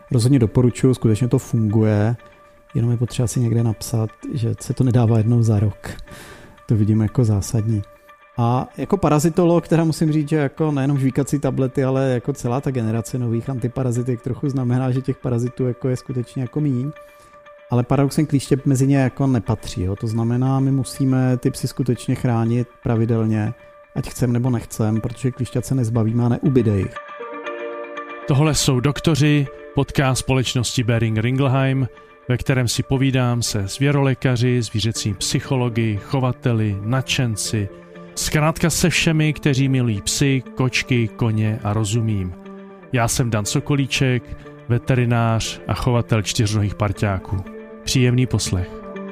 rozhodně doporučuji, skutečně to funguje, jenom je potřeba si někde napsat, že se to nedává jednou za rok. To vidím jako zásadní. A jako parazitolog, teda musím říct, že jako nejenom žvíkací tablety, ale jako celá ta generace nových antiparazitek trochu znamená, že těch parazitů jako je skutečně jako míň. Ale paradoxem klíště mezi ně jako nepatří. Jo. To znamená, my musíme ty psy skutečně chránit pravidelně, ať chcem nebo nechcem, protože klíšťat se nezbavíme a neubyde jich. Tohle jsou Doktoři, podcast společnosti Boehringer Ingelheim, ve kterém si povídám se zvěrolékaři, zvířecími psychologi, chovateli, nadšenci, zkrátka se všemi, kteří milují psy, kočky, koně a rozumím. Já jsem Dan Sokolíček, veterinář a chovatel čtyřnohých parťáků. Příjemný poslech.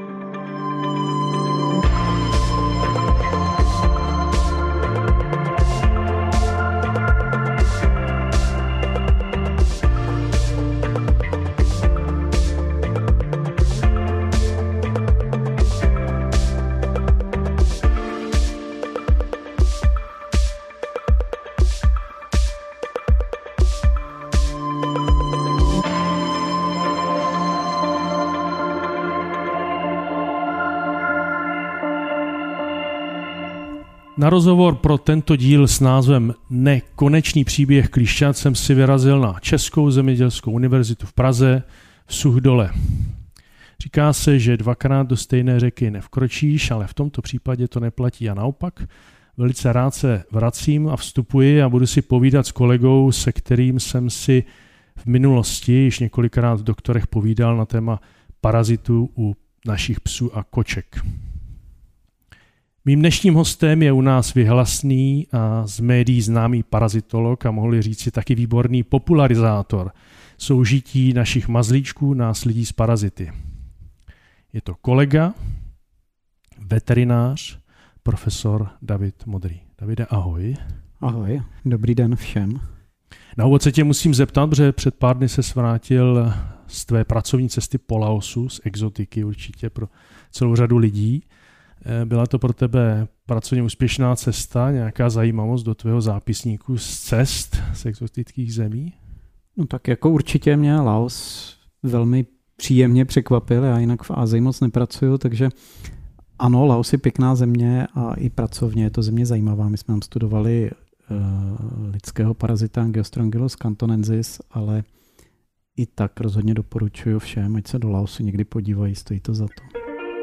Na rozhovor pro tento díl s názvem Nekonečný příběh klíšťat jsem si vyrazil na Českou zemědělskou univerzitu v Praze v Suchdole. Říká se, že dvakrát do stejné řeky nevkročíš, ale v tomto případě to neplatí a naopak. Velice rád se vracím a vstupuji a budu si povídat s kolegou, se kterým jsem si v minulosti již několikrát v Doktorech povídal na téma parazitů u našich psů a koček. Mým dnešním hostem je u nás vyhlasný a z médií známý parazitolog a mohli říci taky výborný popularizátor soužití našich mazlíčků, nás lidí s parazity. Je to kolega, veterinář, profesor David Modrý. Davide, ahoj. Ahoj, dobrý den všem. Na úvod se tě musím zeptat, protože před pár dny se vrátil z tvé pracovní cesty po Laosu, z exotiky určitě pro celou řadu lidí. Byla to pro tebe pracovně úspěšná cesta, nějaká zajímavost do tvého zápisníku z cest z exotických zemí? No tak jako určitě mě Laos velmi příjemně překvapil, já jinak v Asii moc nepracuju, takže ano, Laos je pěkná země a i pracovně je to země zajímavá. My jsme tam studovali lidského parazita Angiostrongylos cantonensis, ale i tak rozhodně doporučuji všem, ať se do Laosu někdy podívají, stojí to za to.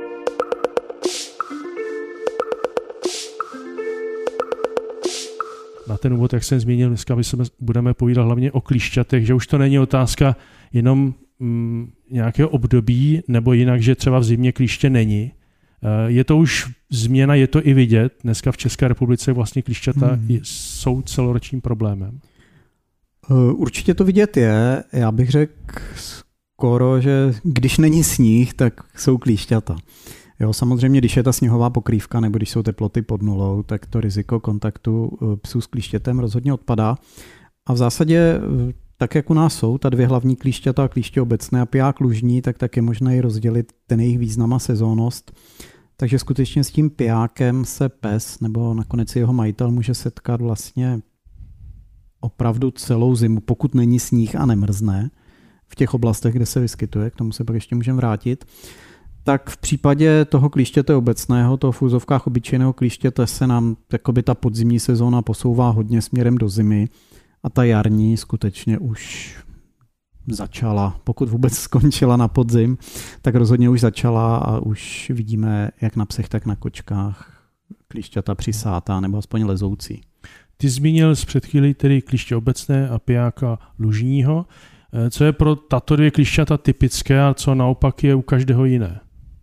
Na ten úvod, jak jsem zmínil, dneska budeme povídat hlavně o klíšťatech, že už to není otázka jenom nějakého období, nebo jinak, že třeba v zimě klíště není. Je to už změna, je to i vidět. Dneska v České republice vlastně klíšťata jsou celoročním problémem. Určitě to vidět je. Já bych řekl skoro, že když není sníh, tak jsou klíšťata. Jo, samozřejmě, když je ta sněhová pokrývka nebo když jsou teploty pod nulou, tak to riziko kontaktu psů s klíštětem rozhodně odpadá. A v zásadě, tak jak u nás jsou ta dvě hlavní klíšťata, klíště obecné a piják lužní, tak je možné i rozdělit ten jejich význam a sezónnost. Takže skutečně s tím pijákem se pes nebo nakonec jeho majitel může setkat vlastně opravdu celou zimu, pokud není sníh a nemrzne v těch oblastech, kde se vyskytuje, k tomu se pak ještě můžeme vrátit. Tak v případě toho klíštěte obecného, toho v úzovkách obyčejného klíštěte se nám takoby ta podzimní sezóna posouvá hodně směrem do zimy a ta jarní skutečně už začala, pokud vůbec skončila na podzim, tak rozhodně už začala a už vidíme jak na psech, tak na kočkách klíšťata přisátá nebo aspoň lezoucí. Ty zmínil před chvílí tedy klíště obecné a pijáka lužního. Co je pro tato dvě klíšťata typické a co naopak je u každého jiné?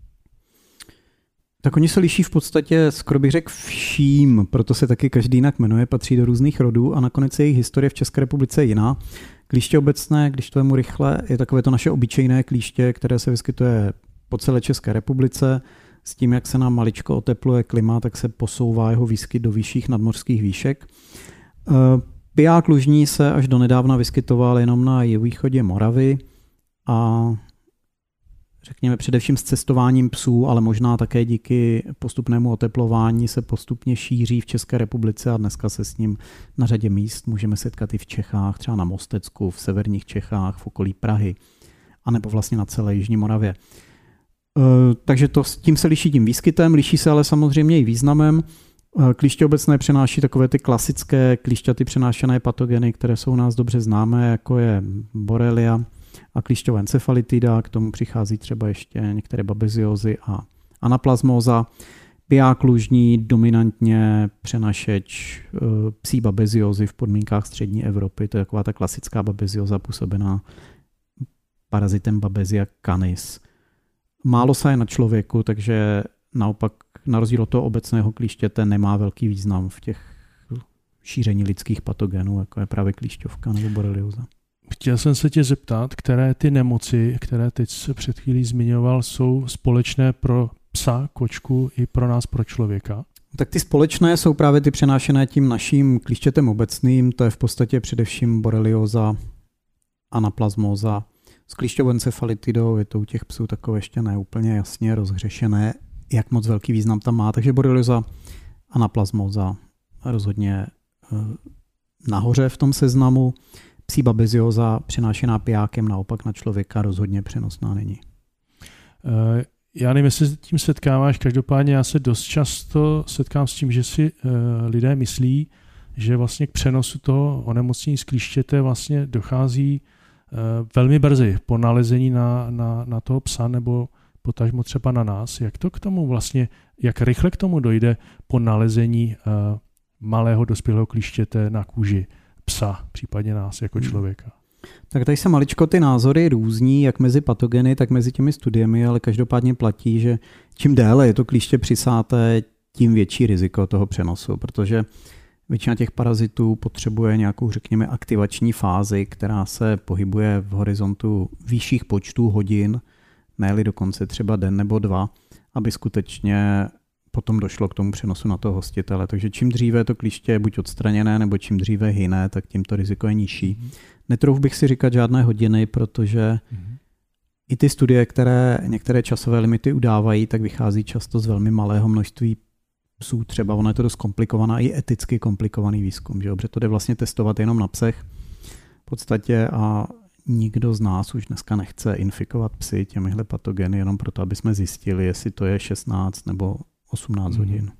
Tak oni se liší v podstatě, skoro bych řekl vším, proto se taky každý jinak jmenuje, patří do různých rodů a nakonec jejich historie v České republice je jiná. Klíště obecné, když to vemu rychle, je takové to naše obyčejné klíště, které se vyskytuje po celé České republice. S tím, jak se nám maličko otepluje klima, tak se posouvá jeho výskyt do vyšších nadmořských výšek. Piják lužní se až donedávna vyskytoval jenom na jihovýchodě Moravy a řekněme především s cestováním psů, ale možná také díky postupnému oteplování se postupně šíří v České republice a dneska se s ním na řadě míst můžeme setkat i v Čechách, třeba na Mostecku, v severních Čechách, v okolí Prahy, anebo vlastně na celé Jižní Moravě. Takže tím se liší tím výskytem, liší se ale samozřejmě i významem. Klíště obecné přenáší takové ty klasické klíšťaty přenášené patogeny, které jsou u nás dobře známé, jako je Borrelia a klíšťová encefalitida, k tomu přichází třeba ještě některé babeziózy a anaplasmóza. Piják lužní, dominantně přenašeč psí babeziózy v podmínkách střední Evropy, to je taková ta klasická babezióza působená parazitem Babesia canis. Málo se je na člověku, takže naopak na rozdíl od toho obecného klíštěte nemá velký význam v těch šíření lidských patogenů, jako je právě klíšťovka nebo borelioza. Chtěl jsem se tě zeptat, které ty nemoci, které teď se před chvílí zmiňoval, jsou společné pro psa, kočku i pro nás, pro člověka? Tak ty společné jsou právě ty přenášené tím naším klíštětem obecným, to je v podstatě především borelioza, anaplasmóza. S klíšťovou encefalitidou je to u těch psů takové ještě neúplně jasně rozhřešené, jak moc velký význam tam má. Takže borelioza, anaplasmóza rozhodně nahoře v tom seznamu. Psí babezióza přenášená pijákem naopak na člověka rozhodně přenosná není. Já nevím, jestli se tím setkáváš, každopádně já se dost často setkám s tím, že si lidé myslí, že vlastně k přenosu toho onemocnění z klíštěte vlastně dochází velmi brzy po nalezení na toho psa nebo potažmo třeba na nás. Jak to k tomu vlastně, jak rychle k tomu dojde po nalezení malého dospělého klíštěte na kůži psa, případně nás jako člověka? Tak tady se maličko ty názory různí, jak mezi patogeny, tak mezi těmi studiemi, ale každopádně platí, že čím déle je to klíště přisáté, tím větší riziko toho přenosu, protože většina těch parazitů potřebuje nějakou, řekněme, aktivační fázi, která se pohybuje v horizontu vyšších počtů hodin, ne-li dokonce třeba den nebo dva, aby skutečně potom došlo k tomu přenosu na toho hostitele. Takže čím dříve to klíště je buď odstraněné, nebo čím dříve hyne, tak tím to riziko je nižší. Netrouf bych si říkat žádné hodiny, protože i ty studie, které některé časové limity udávají, tak vychází často z velmi malého množství psů. Třeba ono je to dost komplikovaná i eticky komplikovaný výzkum, že? Protože to jde vlastně testovat jenom na psech v podstatě a nikdo z nás už dneska nechce infikovat psy těmihle patogeny jenom proto, aby jsme zjistili, jestli to je 16 nebo 18 hodin.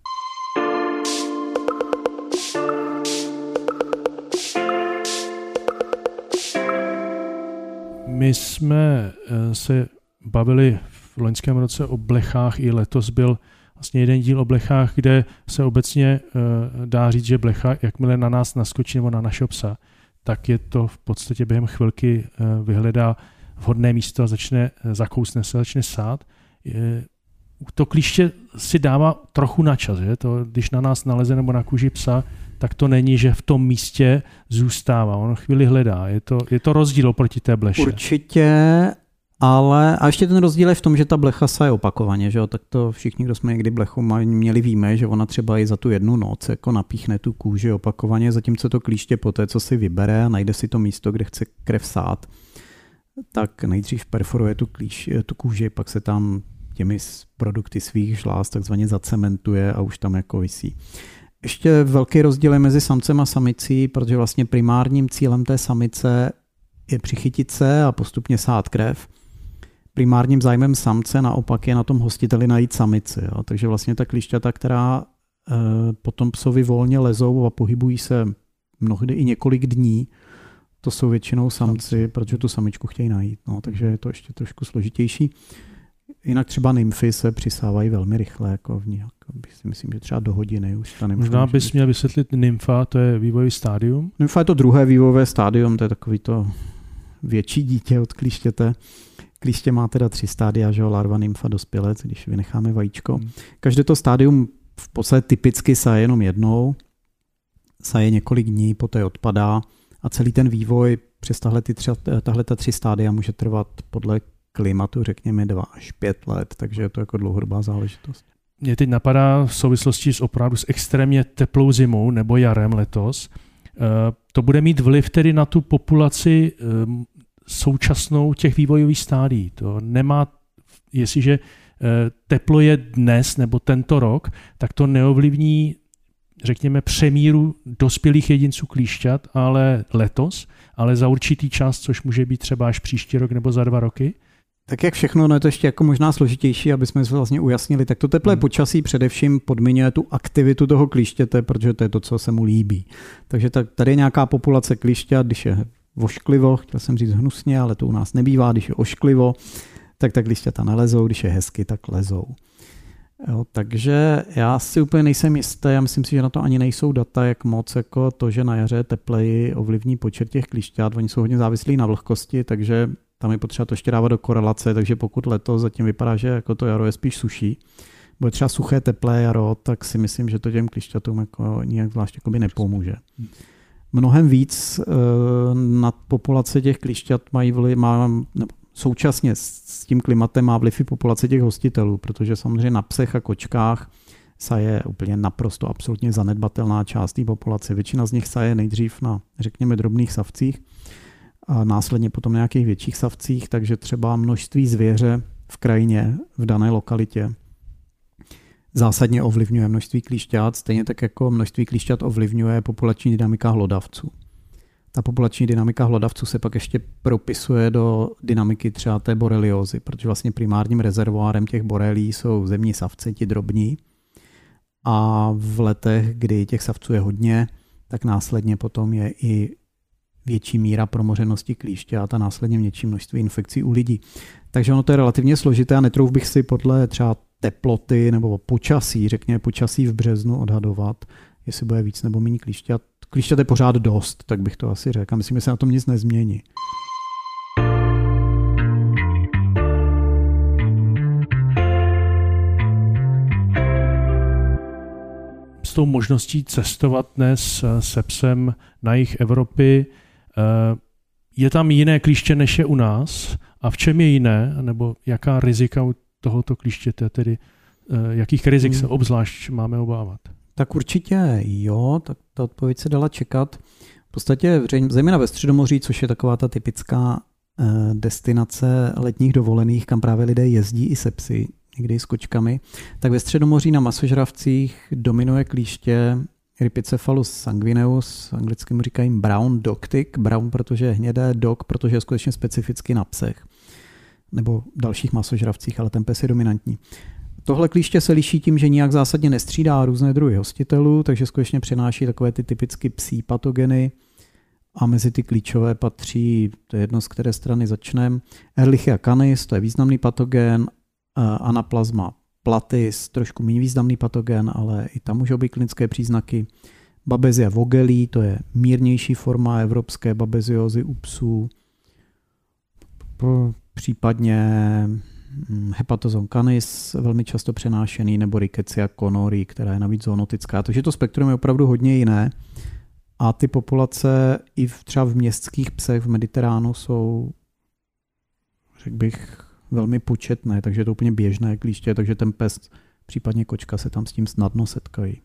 My jsme se bavili v loňském roce o blechách, i letos byl vlastně jeden díl o blechách, kde se obecně dá říct, že blecha, jakmile na nás naskočí nebo na našeho psa, tak je to v podstatě během chvilky vyhledá vhodné místo a zakousne se, začne sát. To klíště si dává trochu na čas, že? To, když na nás naleze nebo na kůži psa, tak to není, že v tom místě zůstává. On chvíli hledá. Je to rozdíl oproti té bleše. Určitě, ale a ještě ten rozdíl je v tom, že ta blecha saje opakovaně. Že? Tak to všichni, kdo jsme někdy blechu měli, víme, že ona třeba i za tu jednu noc jako napíchne tu kůži opakovaně, zatímco to klíště poté, co si vybere a najde si to místo, kde chce krev sát, tak nejdřív perforuje tu kůži, pak se tam těmi produkty svých žláz takzvaně zacementuje a už tam jako visí. Ještě velký rozdíl je mezi samcem a samicí, protože vlastně primárním cílem té samice je přichytit se a postupně sát krev. Primárním zájmem samce naopak je na tom hostiteli najít samici. Jo. Takže vlastně ta klíšťata, která potom psovi volně lezou a pohybují se mnohdy i několik dní, to jsou většinou samci, protože tu samičku chtějí najít. No, takže je to ještě trošku složitější. Jinak třeba nymfy se přisávají velmi rychle, jako myslím, že třeba do hodiny už ta nymfa. Možná bys měl vysvětlit nymfa, to je vývojový stádium? Nymfa je to druhé vývojové stádium, to je takový to větší dítě od klíštěte. Klíště má teda 3 stádia, že larva, nymfa, dospělec, když vynecháme vajíčko. Každé to stádium v podstatě typicky saje jenom jednou, saje několik dní, poté odpadá a celý ten vývoj přes tahle 3 stádia může trvat podle klimatu, řekněme 2 až 5 let, takže je to jako dlouhodobá záležitost. Mě teď napadá v souvislosti s extrémně teplou zimou nebo jarem letos. To bude mít vliv tedy na tu populaci současnou těch vývojových stádií. To nemá jestliže teplo je dnes nebo tento rok, tak to neovlivní, řekněme, přemíru dospělých jedinců klíšťat, ale letos, ale za určitý čas, což může být třeba až příští rok nebo za 2 roky? Tak jak všechno, no je to ještě jako možná složitější, aby jsme se vlastně ujasnili. Tak to teplé počasí především podmiňuje tu aktivitu toho klíštěte, protože to je to, co se mu líbí. Takže tady je nějaká populace klíšťat, když je ošklivo, chtěl jsem říct hnusně, ale to u nás nebývá, když je ošklivo, tak klíšťata nelezou, když je hezky, tak lezou. Jo, takže já si úplně nejsem jistý, já myslím si, že na to ani nejsou data, jak moc jako to, že na jaře tepleji ovlivní počet těch klíšťat. Oni jsou hodně závislí na vlhkosti, takže tam je potřeba to ještě dávat do korelace, takže pokud letos zatím vypadá, že jako to jaro je spíš suší, bude třeba suché, teplé jaro, tak si myslím, že to těm klíšťatům jako nijak zvlášť jakoby nepomůže. Mnohem víc nad populace těch klíšťat současně s tím klimatem má vliv i populace těch hostitelů, protože samozřejmě na psech a kočkách saje úplně naprosto absolutně zanedbatelná část té populace. Většina z nich saje nejdřív na, řekněme, drobných savcích a následně potom na nějakých větších savcích, takže třeba množství zvěře v krajině, v dané lokalitě zásadně ovlivňuje množství klíšťat, stejně tak jako množství klíšťat ovlivňuje populační dynamika hlodavců. Ta populační dynamika hlodavců se pak ještě propisuje do dynamiky třeba té boreliózy, protože vlastně primárním rezervoárem těch borelí jsou zemní savci, ti drobní. A v letech, kdy těch savců je hodně, tak následně potom je i větší míra promořenosti klíšťat a následně větší množství infekcí u lidí. Takže ono to je relativně složité a netrouf bych si podle třeba teploty nebo počasí, řekněme počasí v březnu odhadovat, jestli bude víc nebo méně klíšťat. Klíšťat je pořád dost, tak bych to asi řekl. Myslím, že se na tom nic nezmění. S tou možností cestovat dnes se psem na jih Evropy, je tam jiné klíště, než je u nás? A v čem je jiné? Nebo jaká rizika u tohoto klíštěte, tedy jakých rizik se obzvlášť máme obávat? Tak určitě jo, tak ta odpověď se dala čekat. V podstatě zejména ve Středomoří, což je taková ta typická destinace letních dovolených, kam právě lidé jezdí i se psy, někdy i s kočkami, tak ve Středomoří na masožravcích dominuje klíště Rhipicephalus sanguineus, anglicky mu říkají brown dog tick, brown, protože je hnědé, dog, protože je skutečně specificky na psech, nebo dalších masožravcích, ale ten pes je dominantní. Tohle klíště se liší tím, že nijak zásadně nestřídá různé druhy hostitelů, takže skutečně přenáší takové ty typicky psí patogeny a mezi ty klíčové patří, to je jedno z které strany začneme, Ehrlichia canis, to je významný patogen, Anaplasma platis, trošku méně významný patogen, ale i tam můžou být klinické příznaky. Babesia vogelii, to je mírnější forma evropské babeziózy u psů, případně Hepatozon canis, velmi často přenášený, nebo Rickettsia conori, která je navíc zoonotická. Takže to spektrum je opravdu hodně jiné. A ty populace i třeba v městských psech v Mediteránu jsou, řekl bych, velmi početné, takže je to úplně běžné klíště, takže ten pes, případně kočka se tam s tím snadno setkají.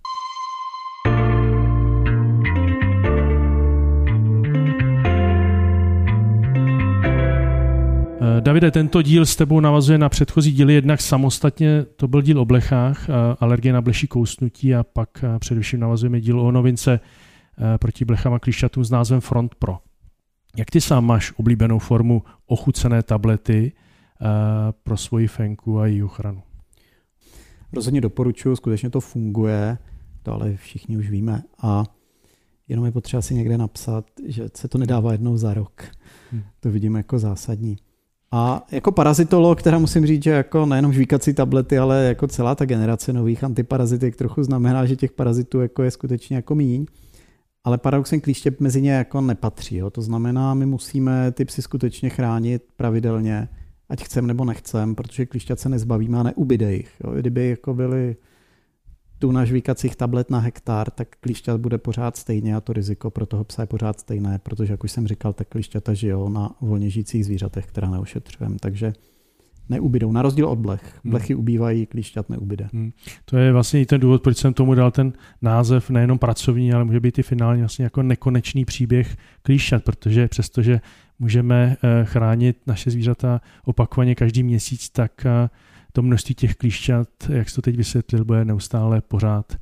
Davide, tento díl s tebou navazuje na předchozí díly, jednak samostatně to byl díl o blechách, alergie na bleší kousnutí a pak především navazujeme díl o novince proti blechám a klíšťatům s názvem Front Pro. Jak ty sám máš oblíbenou formu ochucené tablety pro svoji fenku a její ochranu? Rozhodně doporučuji, skutečně to funguje, to ale všichni už víme a jenom je potřeba si někde napsat, že se to nedává jednou za rok. To vidím jako zásadní. A jako parazitolog, která musím říct, že jako nejenom žvíkací tablety, ale jako celá ta generace nových antiparazitek trochu znamená, že těch parazitů jako je skutečně jako míň. Ale paradoxně klíště mezi ně jako nepatří. Jo. To znamená, my musíme ty psy skutečně chránit pravidelně, ať chcem nebo nechcem, protože klíšťat se nezbavíme a neubyde jich. Jo. Kdyby jako byly tu na žvíkacích tablet na hektar, tak klíšťat bude pořád stejně a to riziko pro toho psa je pořád stejné, protože, jak už jsem říkal, tak klíšťata žijou na volně žijících zvířatech, která neošetřujeme. Takže neubydou. Na rozdíl od blech. Blechy ubývají, klíšťat neubyde. To je vlastně i ten důvod, proč jsem tomu dal ten název nejenom pracovní, ale může být i finálně vlastně jako nekonečný příběh klíšťat, protože přestože můžeme chránit naše zvířata opakovaně každý měsíc, tak to množství těch klíšťat, jak jsi to teď vysvětlil, bude neustále pořád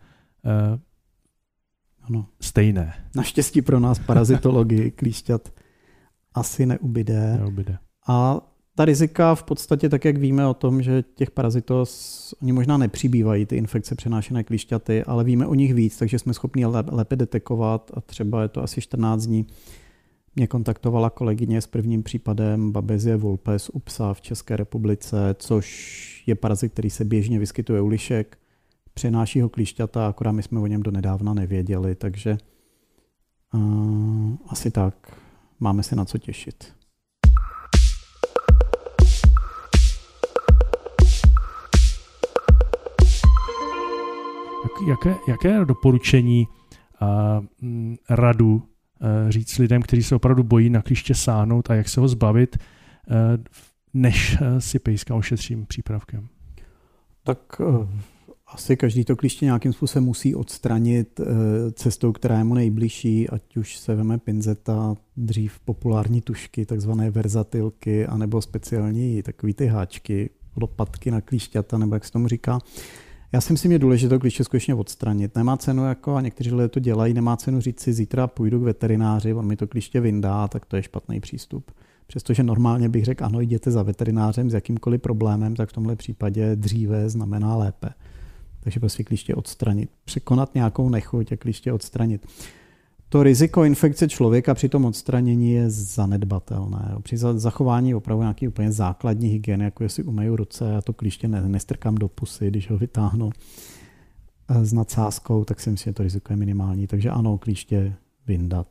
stejné. Naštěstí pro nás parazitologii klíšťat asi neubyde. A ta rizika v podstatě, tak jak víme o tom, že těch parazitos, oni možná nepřibývají, ty infekce přenášené klíšťaty, ale víme o nich víc, takže jsme schopni lépe detekovat a třeba je to asi 14 dní. Mě kontaktovala kolegyně s prvním případem Babesie vulpes u psa v České republice, což je parazit, který se běžně vyskytuje u lišek, přenáší ho klíšťata, akorát my jsme o něm donedávna nevěděli, takže asi tak, máme se na co těšit. Jaké doporučení a radu říct lidem, kteří se opravdu bojí na klíště sáhnout a jak se ho zbavit, než si pejska ošetřím přípravkem? Tak asi každý to klíště nějakým způsobem musí odstranit cestou, která je mu nejbližší, ať už se veme pinzeta, dřív populární tušky, takzvané verzatilky, anebo speciální takový ty háčky, lopatky na klíšťata, nebo jak se tomu říká. Já si myslím, že je důležité to klíště skutečně odstranit. Nemá cenu, a někteří lidé to dělají, nemá cenu říct si, zítra půjdu k veterináři, on mi to klíště vyndá, tak to je špatný přístup. Přestože normálně bych řekl, ano, jděte za veterinářem s jakýmkoliv problémem, tak v tomhle případě dříve znamená lépe. Takže prostě klíště odstranit. Překonat nějakou nechuť a klíště odstranit. To riziko infekce člověka při tom odstranění je zanedbatelné. Při zachování opravdu nějaký úplně základní hygieny, jako jestli umeju ruce a to klíště nestrkám do pusy, když ho vytáhnu s nadsázkou, tak si myslím, že to riziko je minimální. Takže ano, klíště vyndat.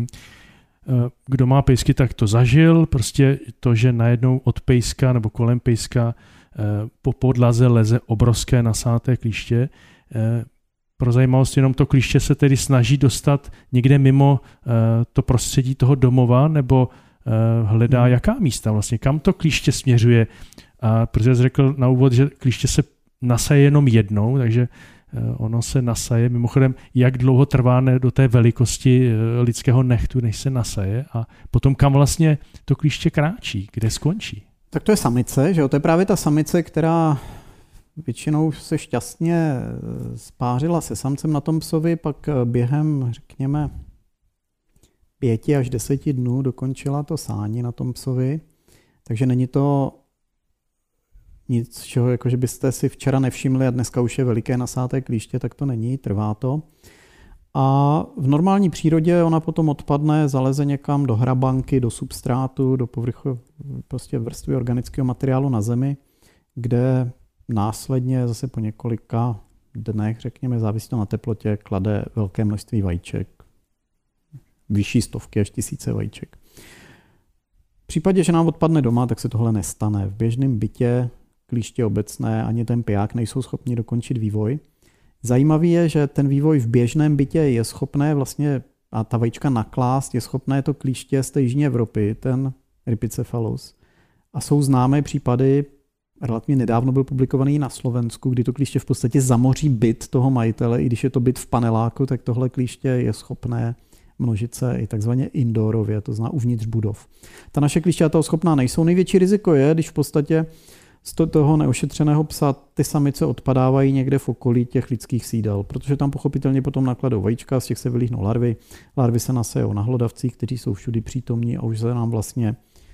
Kdo má pejsky, tak to zažil. Prostě to, že najednou od pejska nebo kolem pejska po podlaze leze obrovské nasáté klíště. Pro zajímavost, jenom to klíště se tedy snaží dostat někde mimo to prostředí toho domova, nebo hledá jaká místa vlastně, kam to klíště směřuje. Protože jsi řekl na úvod, že klíště se nasaje jenom jednou, takže ono se nasaje. Mimochodem, jak dlouho trvá do té velikosti lidského nechtu, než se nasaje a potom kam vlastně to klíště kráčí, kde skončí? Tak to je samice, že jo? To je právě ta samice, která většinou se šťastně spářila se samcem na tom psovi, pak během, řekněme, 5 až 10 dnů dokončila to sání na tom psovi. Takže není to nic, čeho, jako že byste si včera nevšimli a dneska už je veliké nasáté klíště, tak to není, trvá to. A v normální přírodě ona potom odpadne, zaleze někam do hrabanky, do substrátu, do povrchu prostě vrstvy organického materiálu na zemi, kde následně zase po několika dnech, řekněme, závisí to na teplotě, klade velké množství vajíček. Vyšší stovky až 1000 vajíček. V případě, že nám odpadne doma, tak se tohle nestane. V běžném bytě klíště obecné ani ten piják nejsou schopni dokončit vývoj. Zajímavý je, že ten vývoj v běžném bytě je schopné vlastně, a ta vajíčka naklást, je schopné to klíště z té jižní Evropy, ten Rhipicephalus. A jsou známé případy, relativně nedávno byl publikovaný na Slovensku, kdy to klíště v podstatě zamoří byt toho majitele, i když je to byt v paneláku, tak tohle klíště je schopné množit se i takzvaně indoorově, to znamená uvnitř budov. Ta naše klíště toho schopná nejsou. Největší riziko je, když v podstatě z toho neošetřeného psa ty samice odpadávají někde v okolí těch lidských sídel, protože tam pochopitelně potom nakladou vajíčka, z těch se vylíhnou larvy. Larvy se nasejou na hlodavcích, kteří jsou všudy přítomní a už se nám vlastně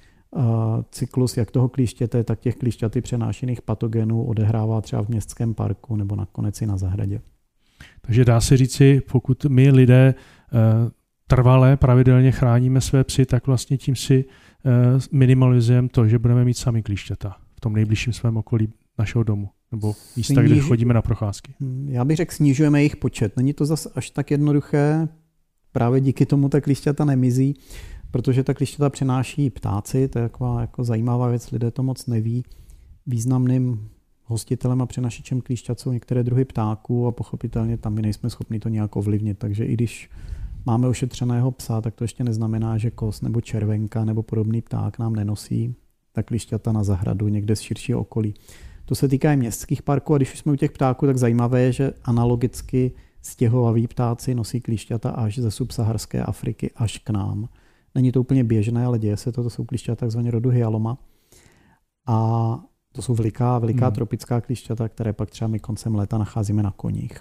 cyklus jak toho klíštěte, tak těch klíšťaty přenášených patogenů odehrává třeba v městském parku nebo nakonec i na zahradě. Takže dá se říci, pokud my lidé trvale, pravidelně chráníme své psy, tak vlastně tím si minimalizujeme to, že budeme mít sami klíšťata v tom nejbližším svém okolí našeho domu nebo místa, kde chodíme na procházky. Já bych řekl, snižujeme jejich počet. Není to zase až tak jednoduché, právě díky tomu ta klíšťata nemizí, protože ta klíšťata přenáší ptáci, to je taková jako zajímavá věc, lidé to moc neví. Významným hostitelem a přenašičem klíšťat jsou některé druhy ptáků a pochopitelně tam my nejsme schopni to nějak ovlivnit, takže i když máme ošetřeného psa, tak to ještě neznamená, že kos nebo červenka nebo podobný pták nám nenosí ta klišťata na zahradu někde z širšího okolí. To se týká i městských parků a když už jsme u těch ptáků, tak zajímavé je, že analogicky stěhovaví ptáci nosí klíšťata až ze subsaharské Afriky až k nám. Není to úplně běžné, ale děje se to. To jsou klíšťata takzvaně rodu hyaloma. A to jsou veliká tropická klíšťata, které pak třeba my koncem léta nacházíme na koních.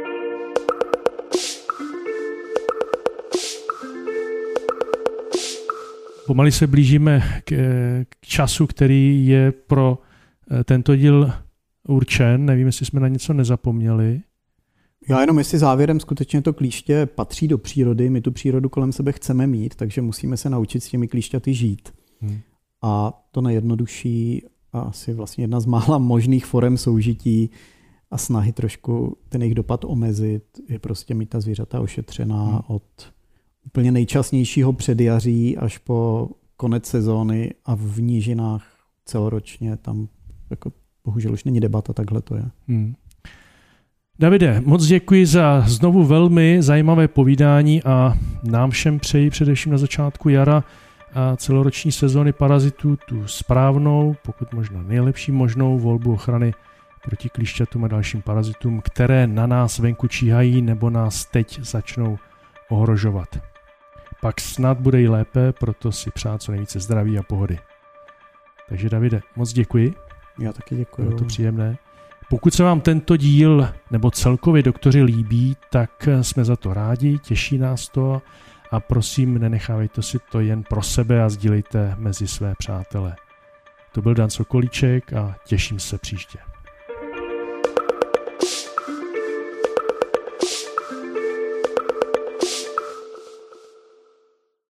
Pomalu se blížíme k času, který je pro tento díl určen. Nevím, jestli jsme na něco nezapomněli. Já jenom jestli závěrem skutečně to klíště patří do přírody, my tu přírodu kolem sebe chceme mít, takže musíme se naučit s těmi klíšťaty žít. A to nejjednodušší a asi vlastně jedna z mála možných forem soužití a snahy trošku ten jejich dopad omezit je prostě mít ta zvířata ošetřená od úplně nejčasnějšího předjaří až po konec sezóny a v nížinách celoročně tam jako bohužel už není debata, takhle to je. Davide, moc děkuji za znovu velmi zajímavé povídání a nám všem přeji především na začátku jara a celoroční sezóny parazitů tu správnou, pokud možno nejlepší možnou volbu ochrany proti klíšťatům a dalším parazitům, které na nás venku číhají nebo nás teď začnou ohrožovat. Pak snad bude i lépe, proto si přát co nejvíce zdraví a pohody. Takže Davide, moc děkuji. Já taky děkuji. Bylo to příjemné. Pokud se vám tento díl nebo celkově doktoři líbí, tak jsme za to rádi, těší nás to a prosím, nenechávejte si to jen pro sebe a sdílejte mezi své přátele. To byl Dan Sokolíček a těším se příště.